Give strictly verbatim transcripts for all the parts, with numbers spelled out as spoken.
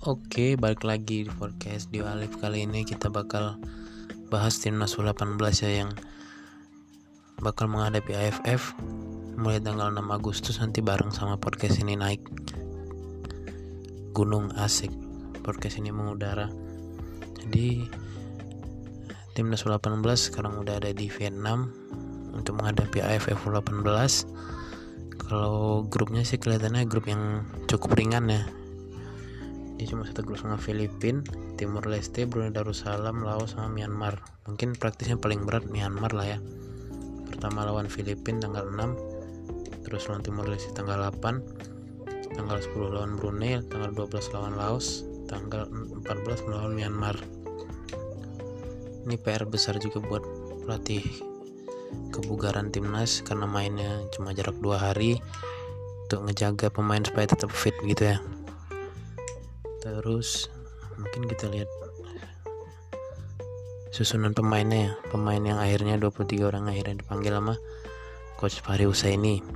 Oke, balik lagi di podcast Dio Alif. Kali ini kita bakal bahas timnas U delapan belas ya, yang bakal menghadapi A F F mulai tanggal enam Agustus nanti, bareng sama podcast ini naik gunung asik. Podcast ini mengudara. Jadi timnas U delapan belas sekarang udah ada di Vietnam untuk menghadapi A F F U delapan belas. Kalau grupnya sih kelihatannya grup yang cukup ringan ya. Dia cuma satu grup sama Filipina, Timur Leste, Brunei Darussalam, Laos sama Myanmar. Mungkin praktisnya paling berat Myanmar lah ya. Pertama lawan Filipina tanggal enam, terus lawan Timur Leste tanggal delapan, tanggal sepuluh lawan Brunei, tanggal dua belas lawan Laos, tanggal empat belas melawan Myanmar. Ini P R besar juga buat pelatih kebugaran timnas karena mainnya cuma jarak dua hari untuk ngejaga pemain supaya tetap fit gitu ya. Terus mungkin kita lihat susunan pemainnya ya. Pemain yang akhirnya dua puluh tiga orang akhirnya dipanggil sama Coach Fahri Husaini.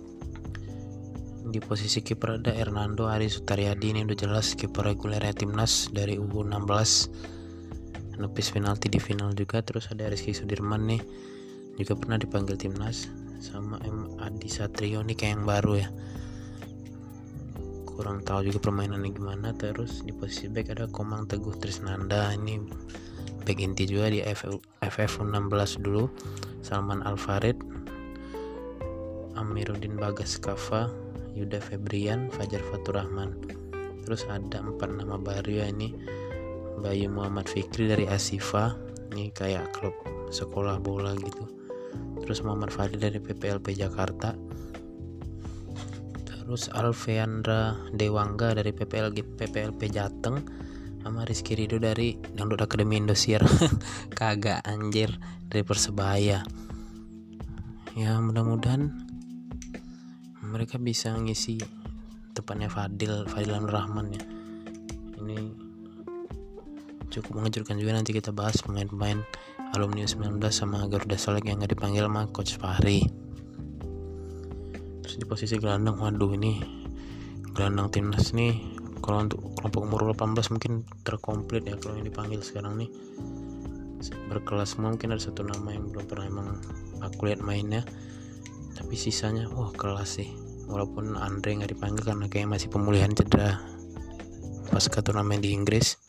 Di posisi kiper ada Hernando Ari Sutaryadi, ini udah jelas kiper regulernya timnas dari U enam belas, nepis penalti di final juga. Terus ada Rizky Sudirman nih, juga pernah dipanggil timnas, sama M Adi Satrio nih kayak yang baru ya, kurang tahu juga permainannya gimana. Terus di posisi back ada Komang Teguh Trisnanda, ini back inti juga di F F U enam belas dulu. Salman Al-Farid, Amiruddin Bagas Kava, Yuda Febrian, Fajar Fatur Rahman. Terus ada empat nama baru ya, ini Bayu Muhammad Fikri dari Asifa, ini kayak klub sekolah bola gitu. Terus Muhammad Fadil dari P P L P Jakarta. Terus Alfeandra Dewangga dari P P L P P L P Jateng, sama Rizky Ridho dari Dangdut Akademi Indosiar. Kagak anjir, dari Persebaya. Ya mudah-mudahan mereka bisa ngisi tepatnya Fadil Fadilan Rahman ya. Ini cukup mengejutkan juga, nanti kita bahas pemain-pemain alumni U sembilan belas sama Garuda Select yang gak dipanggil sama Coach Fahri. Di posisi gelandang, waduh ini gelandang timnas nih kalau untuk kelompok umur delapan belas mungkin terkomplit ya. Kalau yang dipanggil sekarang nih berkelas semua, mungkin ada satu nama yang belum pernah emang aku lihat mainnya, tapi sisanya wah kelas sih. Walaupun Andre nggak dipanggil karena kayaknya masih pemulihan cedera pasca turnamen di Inggris.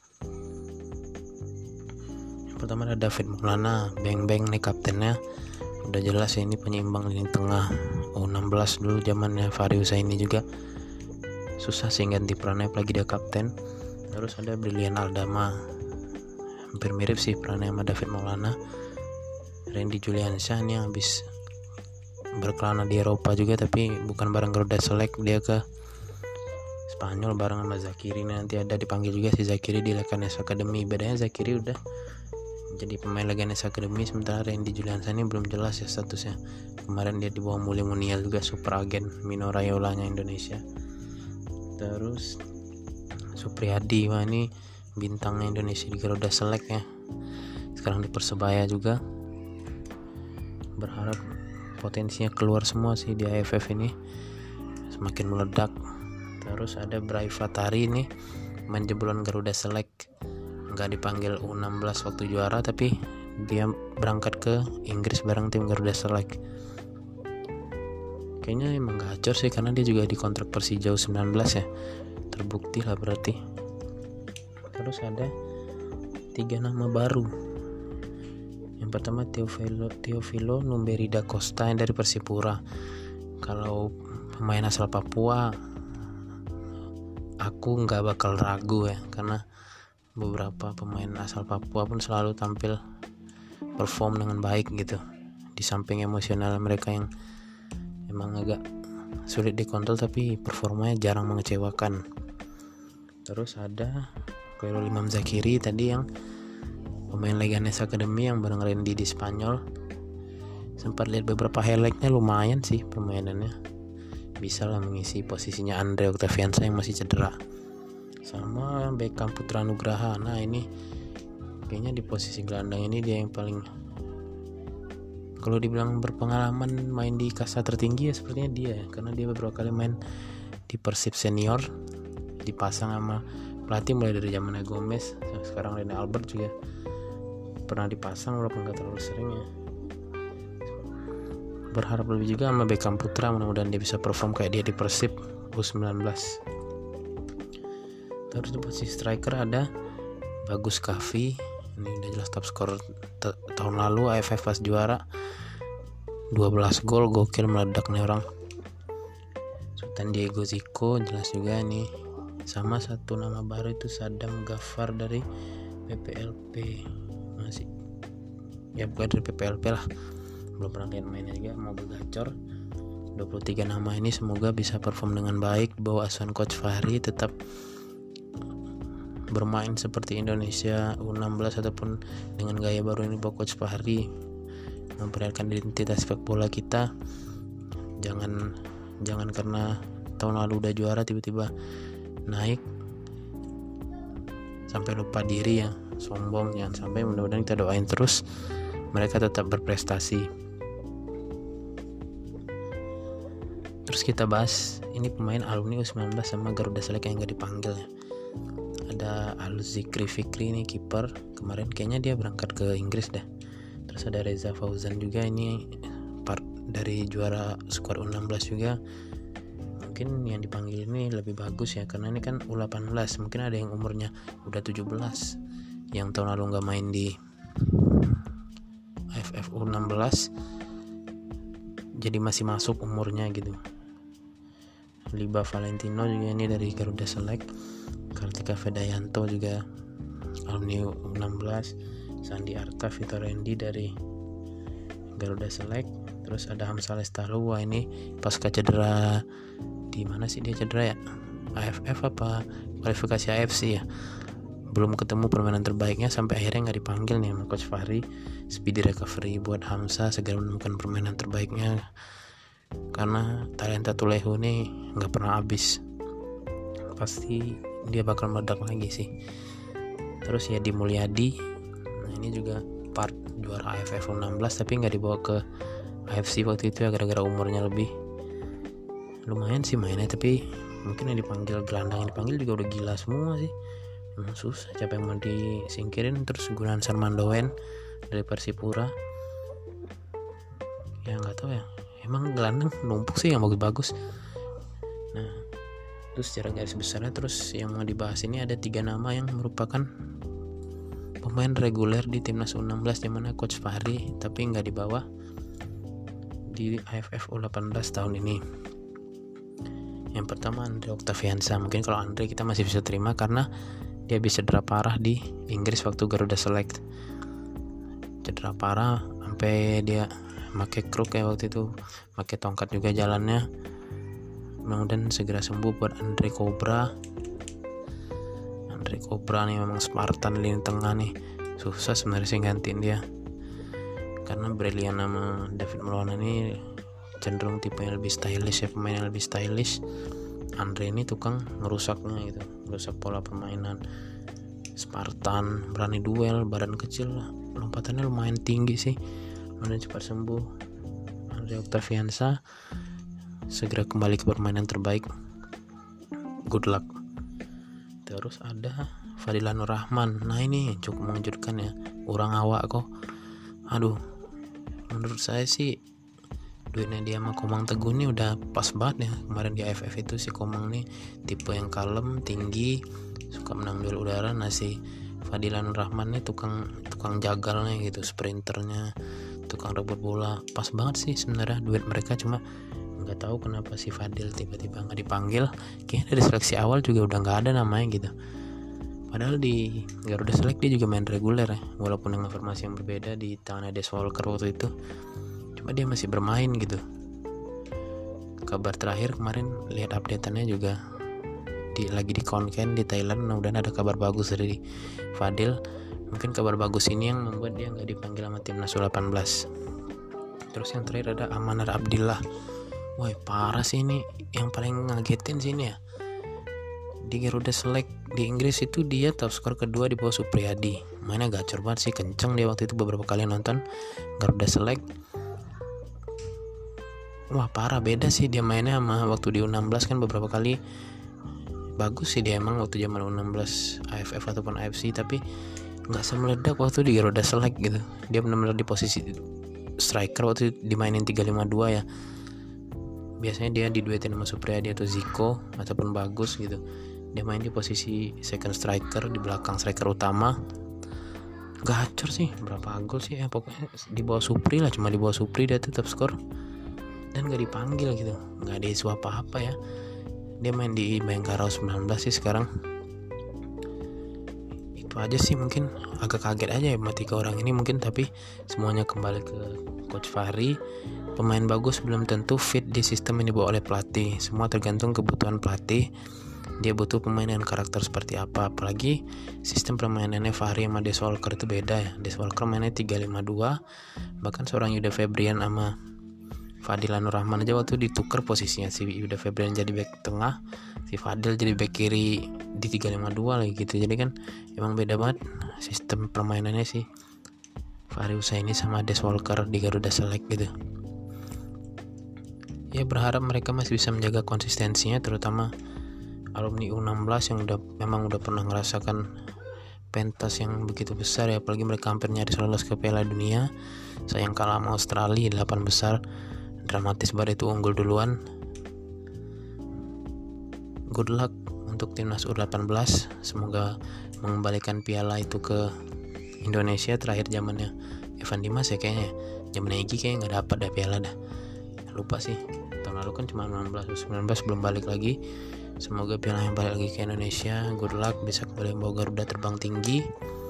Yang pertama ada David Maulana, Beng Beng nih kaptennya, udah jelas ya, ini penyeimbang lini tengah U enam belas dulu zamannya Fahri Husaini juga. Susah sih ganti perannya apalagi dia kapten. Terus ada Brilian Aldama, hampir mirip sih perannya sama David Maulana. Randy Juliansyah ini habis berkelana di Eropa juga, tapi bukan bareng Garuda Select, dia ke Spanyol bareng sama Zakiri. Nanti ada dipanggil juga si Zakiri di Leganes Academy. Bedanya Zakiri udah jadi pemain Leganes Academy, sementara Randy Juliansyah ini belum jelas ya statusnya. Kemarin dia dibawa Muli Munial juga, super agen Mino Rayolanya Indonesia. Terus Supriyadi, wah ini bintangnya Indonesia di Garuda Select ya, sekarang di Persebaya juga. Berharap potensinya keluar semua sih di A F F ini, semakin meledak. Terus ada Bray Fatari ini, main jebolan Garuda Select, nggak dipanggil U enam belas waktu juara, tapi dia berangkat ke Inggris bareng tim Garuda Select. Kayaknya emang gacor sih karena dia juga dikontrak Persija U sembilan belas ya, terbukti lah berarti. Terus ada tiga nama baru. Yang pertama Teofilo, Teofilo Numberi da Costa yang dari Persipura. Kalau pemain asal Papua aku nggak bakal ragu ya, karena beberapa pemain asal Papua pun selalu tampil perform dengan baik gitu, di samping emosional mereka yang emang agak sulit dikontrol, tapi performanya jarang mengecewakan. Terus ada Khairul Imam Zakiri tadi, yang pemain Leganes Academy yang bareng Randy di Spanyol. Sempat lihat beberapa highlightnya, lumayan sih permainannya, bisa lah mengisi posisinya Andre Octaviansa yang masih cedera. Sama Beckham Putra Nugraha, nah ini kayaknya di posisi gelandang ini dia yang paling, kalau dibilang berpengalaman main di kasta tertinggi ya sepertinya dia ya, karena dia beberapa kali main di Persib senior, dipasang sama pelatih mulai dari zamannya Gomez, sekarang Rene Albert juga pernah dipasang walaupun gak terlalu sering ya. Berharap lebih juga sama Beckham Putra, mudah-mudahan dia bisa perform kayak dia di Persib U sembilan belas. Terus di posisi striker ada Bagus Kavi, ini udah jelas top skor t- tahun lalu A F F pas juara, dua belas gol, gokil, meledak nih orang. Sultan Diego Zico jelas juga nih. Sama satu nama baru itu Sadam Ghaffar dari P P L P, masih ya bukan dari P P L P lah, belum pernah lihat mainnya juga, mau bergacor. Dua puluh tiga nama ini semoga bisa perform dengan baik di bawah asuhan Coach Fahri, tetap bermain seperti Indonesia U enam belas ataupun dengan gaya baru ini bawah Coach Fahri, memperlihatkan identitas sepak bola kita. Jangan jangan karena tahun lalu udah juara tiba-tiba naik sampai lupa diri ya, sombong, jangan sampai. Mudah-mudahan kita doain terus mereka tetap berprestasi. Terus kita bahas ini pemain alumni U sembilan belas sama Garuda Select yang gak dipanggil ya. Ada Al-Zikri Fikri nih, kiper, kemarin kayaknya dia berangkat ke Inggris dah. Terus ada Reza Fauzan juga, ini part dari juara skuad U enam belas juga. Mungkin yang dipanggil ini lebih bagus ya, karena ini kan U delapan belas, mungkin ada yang umurnya udah tujuh belas yang tahun lalu gak main di A F F U enam belas, jadi masih masuk umurnya gitu. Liba Valentino juga ini dari Garuda Select. Kartika Vedayanto juga alumni U enam belas. Sandi Arta, Vito Rendi dari Garuda Select. Terus ada Hamzah Lestalu, wah ini pasca cedera, di mana sih dia cedera ya, A F F apa kualifikasi A F C ya, belum ketemu permainan terbaiknya sampai akhirnya nggak dipanggil nih sama Coach Fahri. Speedy recovery buat Hamzah, segera menemukan permainan terbaiknya, karena talenta Tulehu nih nggak pernah habis, pasti dia bakal meledak lagi sih. Terus ya di Mulyadi, nah ini juga part juara A F F U enam belas tapi nggak dibawa ke A F C waktu itu ya, gara-gara umurnya lebih. Lumayan sih mainnya, tapi mungkin yang dipanggil, gelandang yang dipanggil juga udah gila semua sih, emang susah, siapa yang mau disingkirin. Terus Gunawan Sarmandowen dari Persipura, ya nggak tahu ya, emang gelandang numpuk sih yang bagus-bagus. Nah terus secara garis besarnya, terus yang mau dibahas ini ada tiga nama yang merupakan pemain reguler di timnas U enam belas dimana Coach Fahri tapi nggak dibawa di A F F U delapan belas tahun ini. Yang pertama Andre Octaviansa, mungkin kalau Andre kita masih bisa terima karena dia bisa cedera parah di Inggris waktu Garuda Select, cedera parah sampai dia pakai kruk ya waktu itu, pakai tongkat juga jalannya. Mudah-mudahan segera sembuh buat Andre Cobra. Andre Cobra nih memang Spartan lini tengah nih, susah sebenarnya sih gantiin dia, karena Brilian sama David Maulana ini cenderung tipe yang lebih stylish ya, pemain yang lebih stylish. Andre ini tukang ngerusaknya gitu, ngerusak pola permainan. Spartan, berani duel, badan kecil, lompatannya lumayan tinggi sih. Mudah cepat sembuh Andre Octaviansa, segera kembali ke permainan terbaik, good luck. Terus ada Fadila Nur Rahman, nah ini cukup mengejutkan ya, orang awak kok. Aduh, menurut saya sih duitnya dia sama Komang Teguh nih udah pas banget ya. Kemarin di A F F itu si Komang nih tipe yang kalem, tinggi, suka menang duel udara. Nah si Fadila Nur Rahman nih tukang tukang jagalnya gitu, sprinternya, tukang rebut bola. Pas banget sih sebenarnya duet mereka, cuma nggak tahu kenapa si Fadil tiba-tiba nggak dipanggil. Kayaknya dari seleksi awal juga udah nggak ada namanya gitu. Padahal di Garuda Select dia juga main reguler ya, walaupun dengan formasi yang berbeda di tangan Des Walker waktu itu, cuma dia masih bermain gitu. Kabar terakhir kemarin lihat update-annya juga di, lagi di Konken di Thailand. Mudah-mudahan ada kabar bagus dari Fadil. Mungkin kabar bagus ini yang membuat dia nggak dipanggil sama timnas U delapan belas. Terus yang terakhir ada Amanar Abdillah. Wah parah sih ini, yang paling ngagetin sih ini ya. Di Garuda Select di Inggris itu dia top skor kedua di bawah Supriyadi. Mainnya gacor banget sih, kenceng dia waktu itu, beberapa kali nonton Garuda Select. Wah parah, beda sih dia mainnya sama waktu di U enam belas kan, beberapa kali bagus sih dia emang waktu zaman U enam belas A F F ataupun A F C, tapi nggak semeledak waktu di Garuda Select gitu. Dia benar-benar di posisi striker waktu dimainin tiga lima dua ya. Biasanya dia diduetin sama Supriyadi atau Zico ataupun Bagus gitu. Dia main di posisi second striker di belakang striker utama. Gacor sih, berapa gol sih ya, pokoknya di bawah Supri lah, cuma di bawah Supri dia tetap skor dan gak dipanggil gitu, gak ada isu apa-apa ya. Dia main di Bayangkara U sembilan belas sih sekarang. Itu aja sih, mungkin agak kaget aja ya sama tiga orang ini mungkin, tapi semuanya kembali ke Coach Fahri. Pemain bagus belum tentu fit di sistem yang dibawa oleh pelatih, semua tergantung kebutuhan pelatih. Dia butuh pemain dengan karakter seperti apa, apalagi sistem permainannya Fahri sama Des Walker itu beda ya. Des Walker mainnya tiga lima dua, bahkan seorang Yuda Febrian sama Fadil Anur Rahman aja waktu ditukar posisinya, si Yuda Febrian jadi back tengah, si Fadil jadi back kiri di tiga lima dua lagi gitu. Jadi kan emang beda banget sistem permainannya sih Fahri Husaini sama Des Walker di Garuda Select gitu. Ya berharap mereka masih bisa menjaga konsistensinya, terutama alumni U enam belas yang udah memang udah pernah ngerasakan pentas yang begitu besar ya, apalagi mereka hampir nyaris lolos ke Piala Dunia. Sayang kalah sama Australia delapan besar, dramatis banget itu, unggul duluan. Good luck untuk timnas U delapan belas, semoga mengembalikan piala itu ke Indonesia. Terakhir zamannya Evan Dimas ya kayaknya, zamannya Egy kayaknya nggak dapat dah piala dah, lupa sih. Tahun lalu kan cuma enam belas, sembilan belas belum balik lagi. Semoga piala yang balik lagi ke Indonesia. Good luck, bisa kembali membawa Garuda terbang tinggi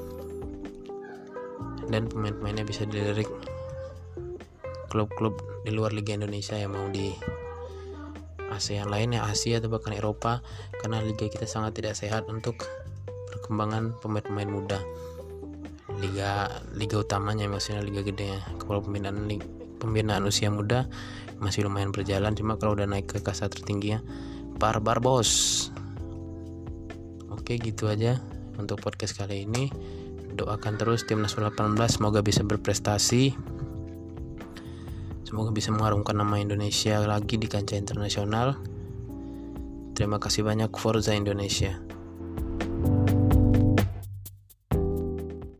dan pemain-pemainnya bisa dilirik klub-klub di luar Liga Indonesia yang mau di ASEAN lainnya, Asia atau bahkan Eropa, karena liga kita sangat tidak sehat untuk perkembangan pemain-pemain muda. Liga liga utamanya maksudnya liga gede ya. Kalau pembinaan pembinaan usia muda masih lumayan berjalan, cuma kalau udah naik ke kasta tertingginya barbar bos. Oke, gitu aja untuk podcast kali ini. Doakan terus timnas U delapan belas semoga bisa berprestasi, semoga bisa mengharumkan nama Indonesia lagi di kancah internasional. Terima kasih banyak, Forza Indonesia.